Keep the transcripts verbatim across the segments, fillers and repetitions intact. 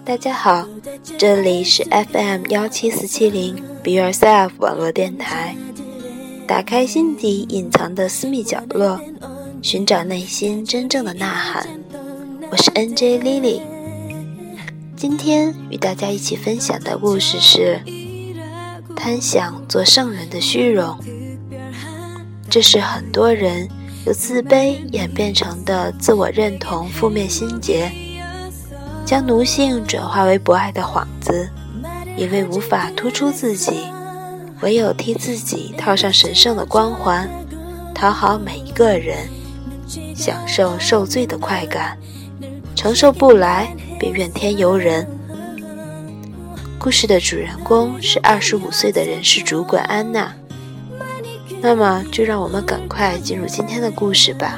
大家好，这里是 F M 一七四七零 Be Yourself 网络电台，打开心底隐藏的私密角落，寻找内心真正的呐喊。我是 N J Lily， 今天与大家一起分享的故事是贪想做圣人的虚荣。这是很多人由自卑演变成的自我认同负面心结，将奴性转化为博爱的幌子，因为无法突出自己，唯有替自己套上神圣的光环，讨好每一个人，享受受罪的快感，承受不来便怨天尤人。故事的主人公是二十五岁的人事主管安娜。那么就让我们赶快进入今天的故事吧。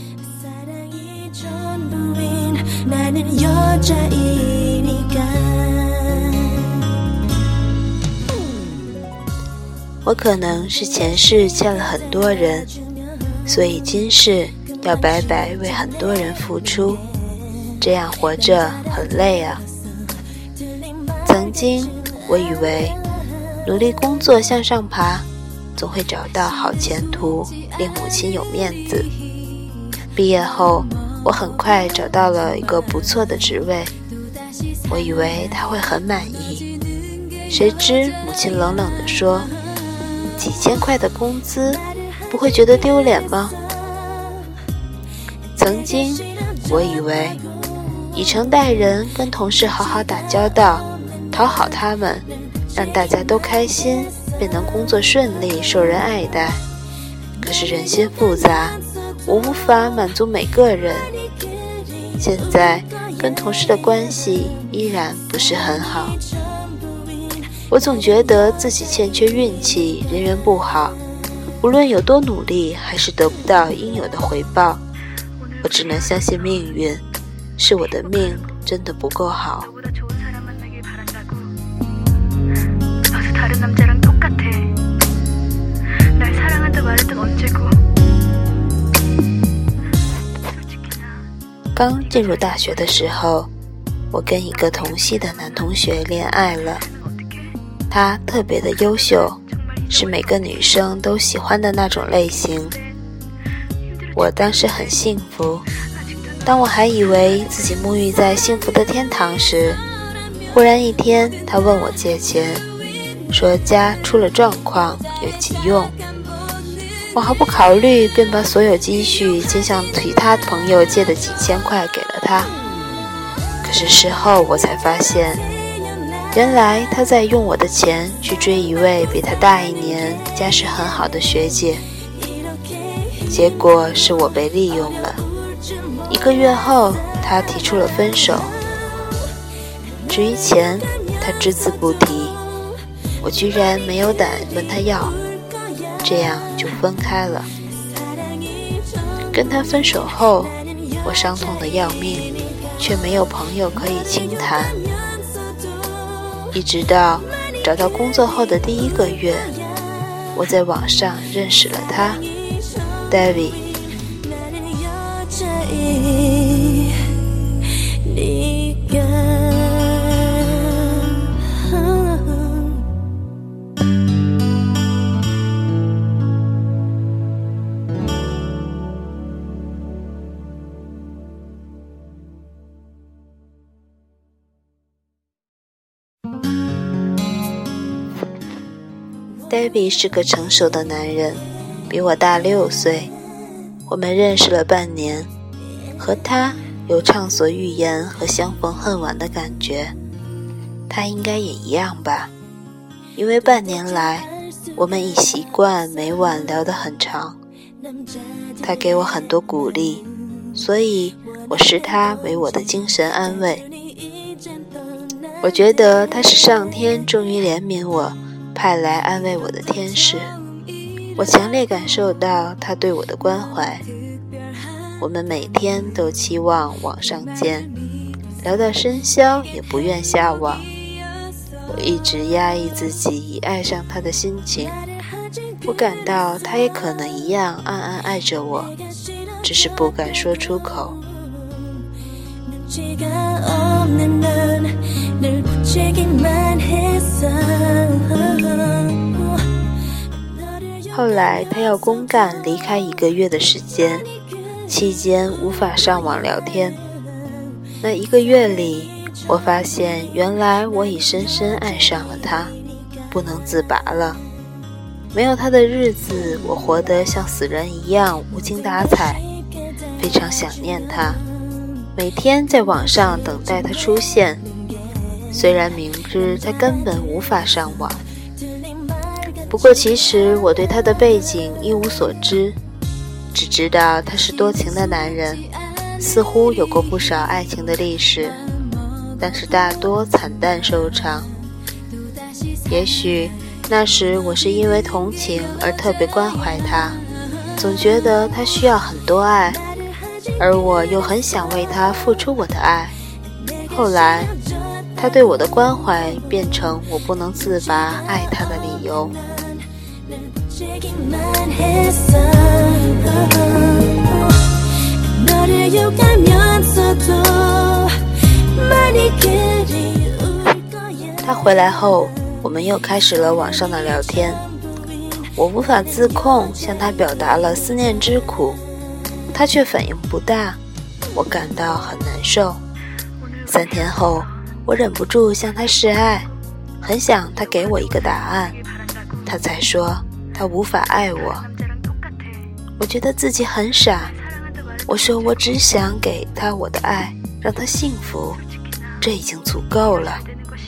我可能是前世欠了很多人，所以今世要白白为很多人付出，这样活着很累啊。曾经我以为努力工作向上爬，总会找到好前途，令母亲有面子。毕业后我很快找到了一个不错的职位，我以为他会很满意，谁知母亲冷冷地说，几千块的工资不会觉得丢脸吗？曾经我以为以诚待人，跟同事好好打交道，讨好他们，让大家都开心，便能工作顺利，受人爱戴。可是人心复杂，我无法满足每个人。现在跟同事的关系依然不是很好，我总觉得自己欠缺运气，人缘不好，无论有多努力，还是得不到应有的回报。我只能相信命运，是我的命真的不够好。刚进入大学的时候，我跟一个同系的男同学恋爱了。他特别的优秀，是每个女生都喜欢的那种类型。我当时很幸福，当我还以为自己沐浴在幸福的天堂时，忽然一天他问我借钱，说家出了状况，有急用。我毫不考虑，便把所有积蓄兼向其他朋友借的几千块给了他。可是事后我才发现，原来他在用我的钱去追一位比他大一年、家世很好的学姐。结果是我被利用了。一个月后，他提出了分手。至于钱，他只字不提，我居然没有胆问他要，这样就分开了。跟他分手后，我伤痛得要命，却没有朋友可以倾谈。一直到找到工作后的第一个月，我在网上认识了他 David。 David 是个成熟的男人，比我大六岁。我们认识了半年，和他有畅所欲言和相逢恨晚的感觉。他应该也一样吧，因为半年来我们已习惯每晚聊得很长。他给我很多鼓励，所以我视他为我的精神安慰。我觉得他是上天终于怜悯我，派来安慰我的天使。我强烈感受到他对我的关怀。我们每天都期望网上见，聊到深宵也不愿下网。我一直压抑自己爱上他的心情，我感到他也可能一样暗暗爱着我，只是不敢说出口。 눈치가 없는 넌 后来他要公干离开一个月的时间，期间无法上网聊天。那一个月里，我发现原来我已深深爱上了他，不能自拔了。没有他的日子，我活得像死人一样无精打采，非常想念他，每天在网上等待他出现，虽然明知他根本无法上网。不过其实我对他的背景一无所知，只知道他是多情的男人，似乎有过不少爱情的历史，但是大多惨淡收场。也许那时我是因为同情而特别关怀他，总觉得他需要很多爱，而我又很想为他付出我的爱。后来他对我的关怀变成我不能自拔爱他的理由。他回来后，我们又开始了网上的聊天。我无法自控，向他表达了思念之苦，他却反应不大，我感到很难受。三天后，我忍不住向他示爱，很想他给我一个答案，他才说他无法爱我。我觉得自己很傻，我说我只想给他我的爱，让他幸福，这已经足够了。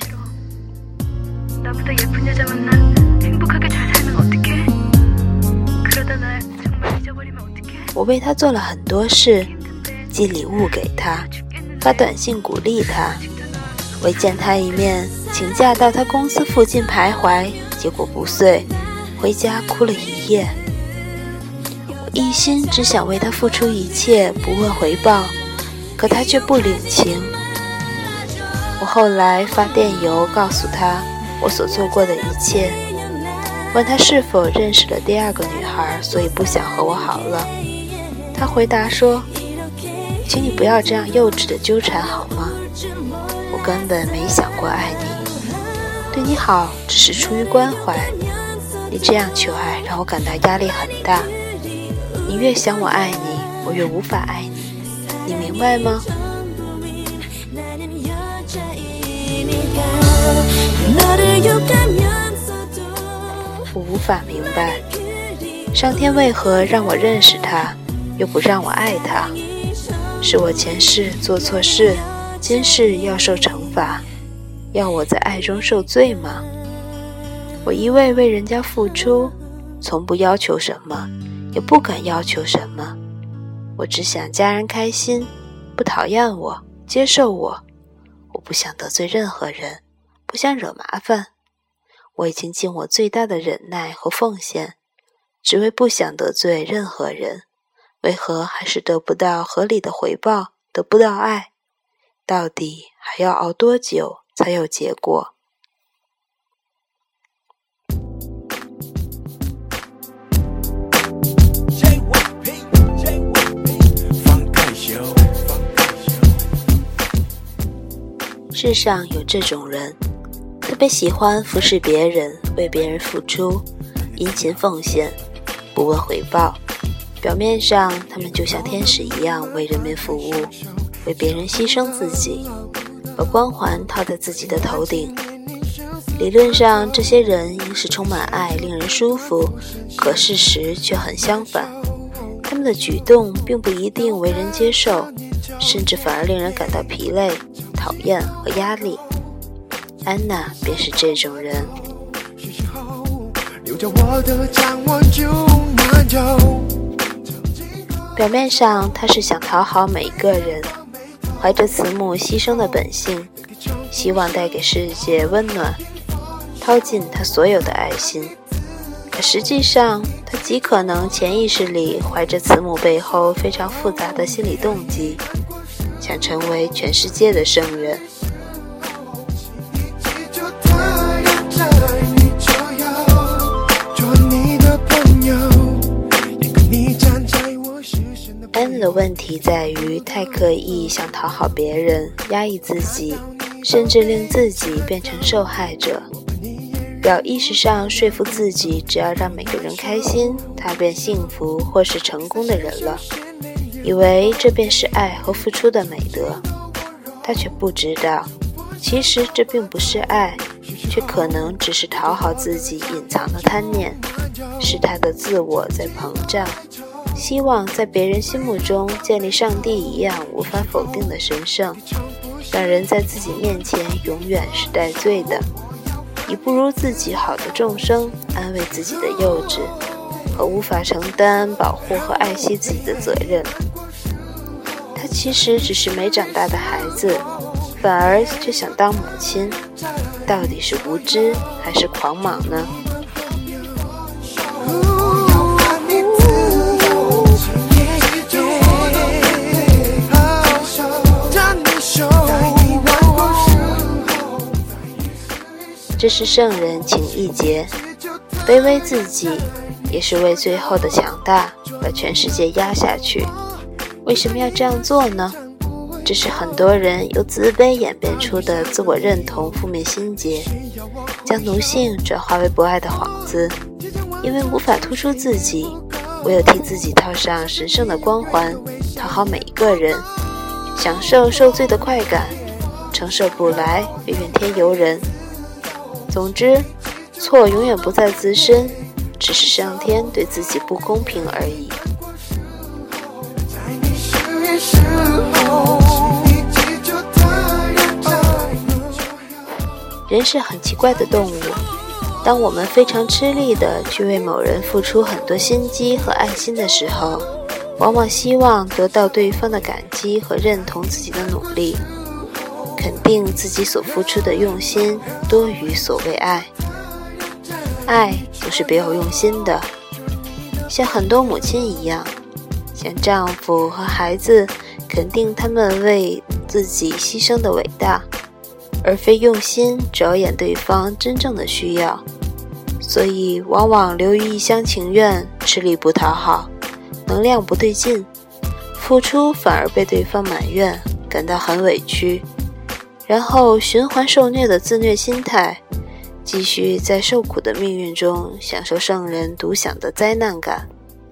我为他做了很多事，寄礼物给他，发短信鼓励他，为见他一面请假到他公司附近徘徊，结果不遂，回家哭了一夜。我一心只想为他付出一切，不问回报，可他却不领情。我后来发电邮告诉他我所做过的一切，问他是否认识了第二个女孩，所以不想和我好了。他回答说，请你不要这样幼稚的纠缠好吗？我根本没想过爱你，对你好只是出于关怀，你这样求爱让我感到压力很大，你越想我爱你，我越无法爱你，你明白吗？我无法明白，上天为何让我认识他，又不让我爱他？是我前世做错事，今世要受惩罚，要我在爱中受罪吗？我一味为人家付出，从不要求什么，也不敢要求什么，我只想家人开心，不讨厌我，接受我，我不想得罪任何人，不想惹麻烦。我已经尽我最大的忍耐和奉献，只为不想得罪任何人，为何还是得不到合理的回报，得不到爱？到底还要熬多久才有结果？世上有这种人，特别喜欢服侍别人，为别人付出，殷勤奉献，不问回报。表面上他们就像天使一样为人民服务，为别人牺牲自己，把光环套在自己的头顶。理论上这些人应是充满爱，令人舒服，可事实却很相反，他们的举动并不一定为人接受，甚至反而令人感到疲累、讨厌和压力。安娜便是这种人。表面上她是想讨好每一个人，怀着慈母牺牲的本性，希望带给世界温暖，掏尽她所有的爱心。可实际上她极可能潜意识里怀着慈母背后非常复杂的心理动机，想成为全世界的圣人。安的问题在于太刻意想讨好别人，压抑自己， 甚至令自己变成受害者。表意识上说服自己，只要让每个人开心，他便幸福或是成功的人了，以为这便是爱和付出的美德。他却不知道，其实这并不是爱，却可能只是讨好自己隐藏的贪念，是他的自我在膨胀，希望在别人心目中建立上帝一样无法否定的神圣，让人在自己面前永远是带罪的，以不如自己好的众生安慰自己的幼稚和无法承担保护和爱惜自己的责任。他其实只是没长大的孩子，反而却想当母亲，到底是无知还是狂妄呢？这是圣人情意结，卑微自己，也是为最后的强大把全世界压下去。为什么要这样做呢？这是很多人由自卑演变出的自我认同负面心结，将奴性转化为不爱的幌子。因为无法突出自己，唯有替自己套上神圣的光环，讨好每一个人，享受受罪的快感，承受不来便怨天尤人。总之，错永远不在自身，只是上天对自己不公平而已。人是很奇怪的动物，当我们非常吃力地去为某人付出很多心机和爱心的时候，往往希望得到对方的感激和认同自己的努力，肯定自己所付出的用心多于所谓爱。爱总是别有用心的，像很多母亲一样，向丈夫和孩子肯定他们为自己牺牲的伟大，而非用心着眼对方真正的需要，所以往往流于一厢情愿，吃力不讨好，能量不对劲，付出反而被对方埋怨，感到很委屈，然后循环受虐的自虐心态，继续在受苦的命运中享受圣人独享的灾难感。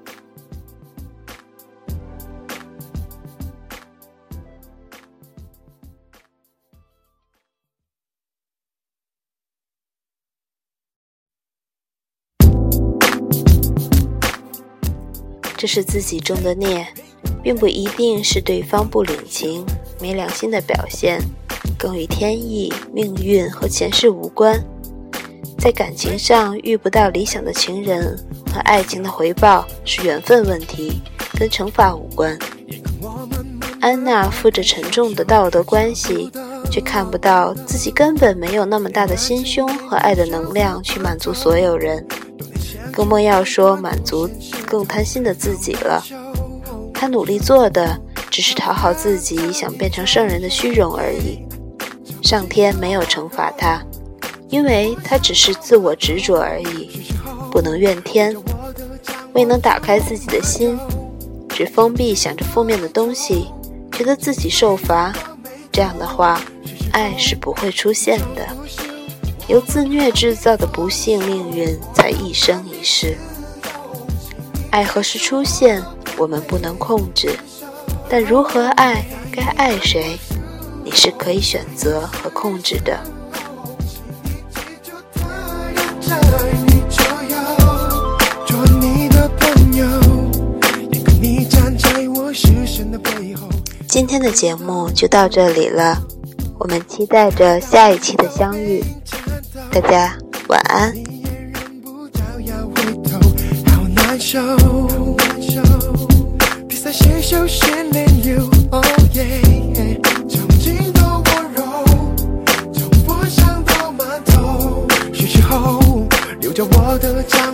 这是自己种的孽，并不一定是对方不领情、没良心的表现，更与天意、命运和前世无关。在感情上遇不到理想的情人和爱情的回报是缘分问题，跟惩罚无关。安娜负着沉重的道德关系，却看不到自己根本没有那么大的心胸和爱的能量去满足所有人，更莫要说满足更贪心的自己了。他努力做的只是讨好自己想变成圣人的虚荣而已。上天没有惩罚他，因为他只是自我执着而已，不能怨天。未能打开自己的心，只封闭想着负面的东西，觉得自己受罚，这样的话，爱是不会出现的。由自虐制造的不幸命运才一生一世。爱何时出现，我们不能控制，但如何爱，该爱谁，你是可以选择和控制的。今天的节目就到这里了，我们期待着下一期的相遇，大家晚安。比赛先秀先练 you oh yeah， 场景都温柔，从我想到码头，学习后留着我的家